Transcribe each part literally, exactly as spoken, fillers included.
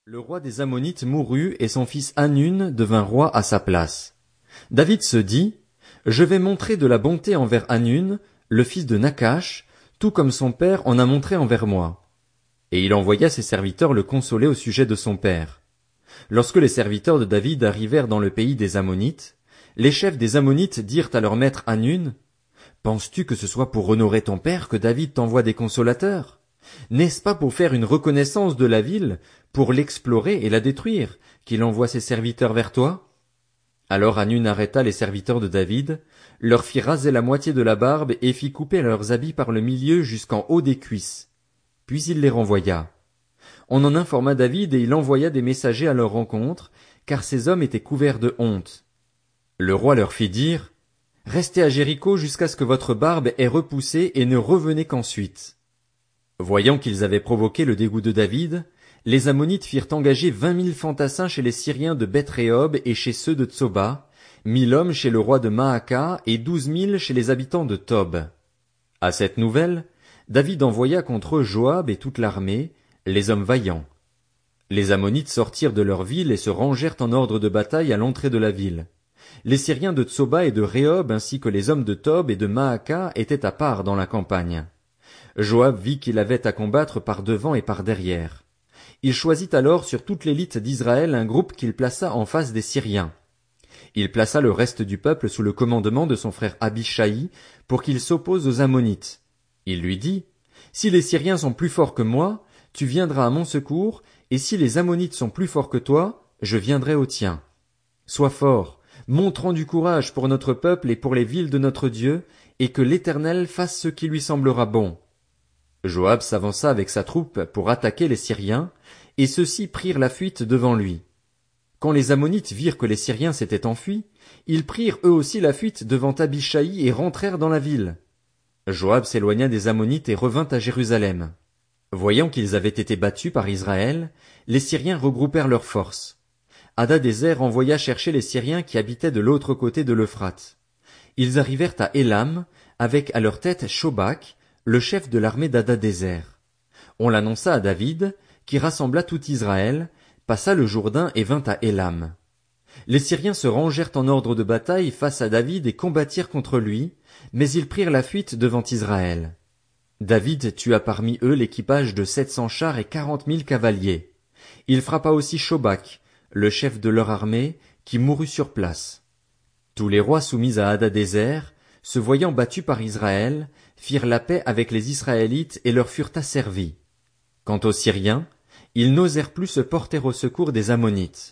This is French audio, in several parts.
Le roi des Ammonites mourut et son fils Hanun devint roi à sa place. David se dit, je vais montrer de la bonté envers Hanun, le fils de Nacash, tout comme son père en a montré envers moi. Et il envoya ses serviteurs le consoler au sujet de son père. Lorsque les serviteurs de David arrivèrent dans le pays des Ammonites, les chefs des Ammonites dirent à leur maître Hanun, penses-tu que ce soit pour honorer ton père que David t'envoie des consolateurs? N'est-ce pas pour faire une reconnaissance de la ville, pour l'explorer et la détruire, qu'il envoie ses serviteurs vers toi? Alors Hanun arrêta les serviteurs de David, leur fit raser la moitié de la barbe et fit couper leurs habits par le milieu jusqu'en haut des cuisses. Puis il les renvoya. On en informa David et il envoya des messagers à leur rencontre, car ces hommes étaient couverts de honte. Le roi leur fit dire, restez à Jéricho jusqu'à ce que votre barbe ait repoussé et ne revenez qu'ensuite. Voyant qu'ils avaient provoqué le dégoût de David, les Ammonites firent engager vingt mille fantassins chez les Syriens de Beth-Rehob et chez ceux de Tsoba, mille hommes chez le roi de Maacah et douze mille chez les habitants de Tob. À cette nouvelle, David envoya contre eux Joab et toute l'armée, les hommes vaillants. Les Ammonites sortirent de leur ville et se rangèrent en ordre de bataille à l'entrée de la ville. Les Syriens de Tsoba et de Rehob ainsi que les hommes de Tob et de Maacah étaient à part dans la campagne. Joab vit qu'il avait à combattre par devant et par derrière. Il choisit alors sur toute l'élite d'Israël un groupe qu'il plaça en face des Syriens. Il plaça le reste du peuple sous le commandement de son frère Abishai pour qu'il s'oppose aux Ammonites. Il lui dit, si les Syriens sont plus forts que moi, tu viendras à mon secours, et si les Ammonites sont plus forts que toi, je viendrai au tien. Sois fort, montrant du courage pour notre peuple et pour les villes de notre Dieu, et que l'Éternel fasse ce qui lui semblera bon. Joab s'avança avec sa troupe pour attaquer les Syriens, et ceux-ci prirent la fuite devant lui. Quand les Ammonites virent que les Syriens s'étaient enfuis, ils prirent eux aussi la fuite devant Abishai et rentrèrent dans la ville. Joab s'éloigna des Ammonites et revint à Jérusalem. Voyant qu'ils avaient été battus par Israël, les Syriens regroupèrent leurs forces. Hadadézer envoya chercher les Syriens qui habitaient de l'autre côté de l'Euphrate. Ils arrivèrent à Élam, avec à leur tête Shobak, le chef de l'armée d'Hadadézer. On l'annonça à David, qui rassembla tout Israël, passa le Jourdain et vint à Élam. Les Syriens se rangèrent en ordre de bataille face à David et combattirent contre lui, mais ils prirent la fuite devant Israël. David tua parmi eux l'équipage de sept cents chars et quarante mille cavaliers. Il frappa aussi Shobak, le chef de leur armée, qui mourut sur place. Tous les rois soumis à Hadadézer, se voyant battus par Israël, firent la paix avec les Israélites et leur furent asservis. Quant aux Syriens, ils n'osèrent plus se porter au secours des Ammonites.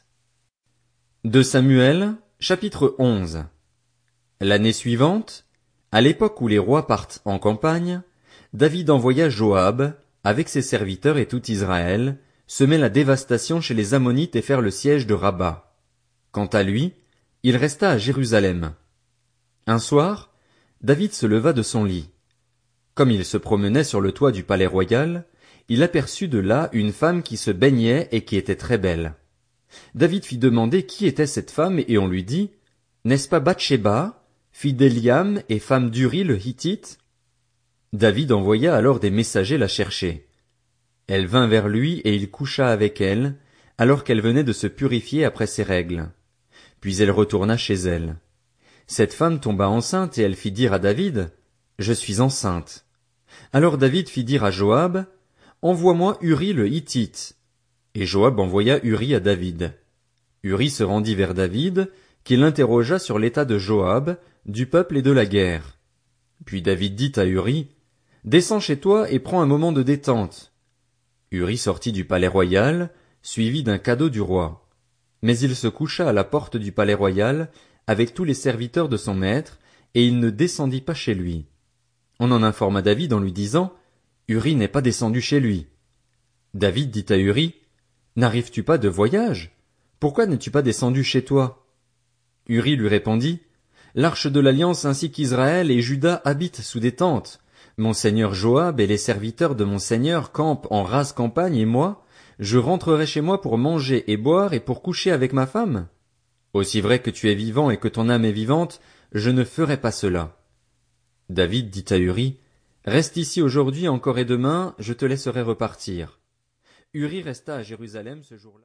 De Samuel, chapitre onze. L'année suivante, à l'époque où les rois partent en campagne, David envoya Joab, avec ses serviteurs et tout Israël, semer la dévastation chez les Ammonites et faire le siège de Rabat. Quant à lui, il resta à Jérusalem. Un soir, David se leva de son lit. Comme il se promenait sur le toit du palais royal, il aperçut de là une femme qui se baignait et qui était très belle. David fit demander qui était cette femme et on lui dit, n'est-ce pas Bathsheba, fille d'Eliam et femme d'Uri le Hittite? David envoya alors des messagers la chercher. Elle vint vers lui et il coucha avec elle, alors qu'elle venait de se purifier après ses règles. Puis elle retourna chez elle. Cette femme tomba enceinte et elle fit dire à David, je suis enceinte. Alors David fit dire à Joab, envoie-moi Uri le Hittite. Et Joab envoya Uri à David. Uri se rendit vers David, qui l'interrogea sur l'état de Joab, du peuple et de la guerre. Puis David dit à Uri, descends chez toi et prends un moment de détente. Uri sortit du palais royal, suivi d'un cadeau du roi. Mais il se coucha à la porte du palais royal, avec tous les serviteurs de son maître, et il ne descendit pas chez lui. On en informa David en lui disant, Uri n'est pas descendu chez lui. David dit à Uri, n'arrives-tu pas de voyage? Pourquoi n'es-tu pas descendu chez toi? Uri lui répondit, l'arche de l'alliance ainsi qu'Israël et Juda habitent sous des tentes. Mon seigneur Joab et les serviteurs de mon seigneur campent en rase campagne et moi, je rentrerai chez moi pour manger et boire et pour coucher avec ma femme? Aussi vrai que tu es vivant et que ton âme est vivante, je ne ferai pas cela. David dit à Uri, reste ici aujourd'hui encore et demain, je te laisserai repartir. Uri resta à Jérusalem ce jour-là.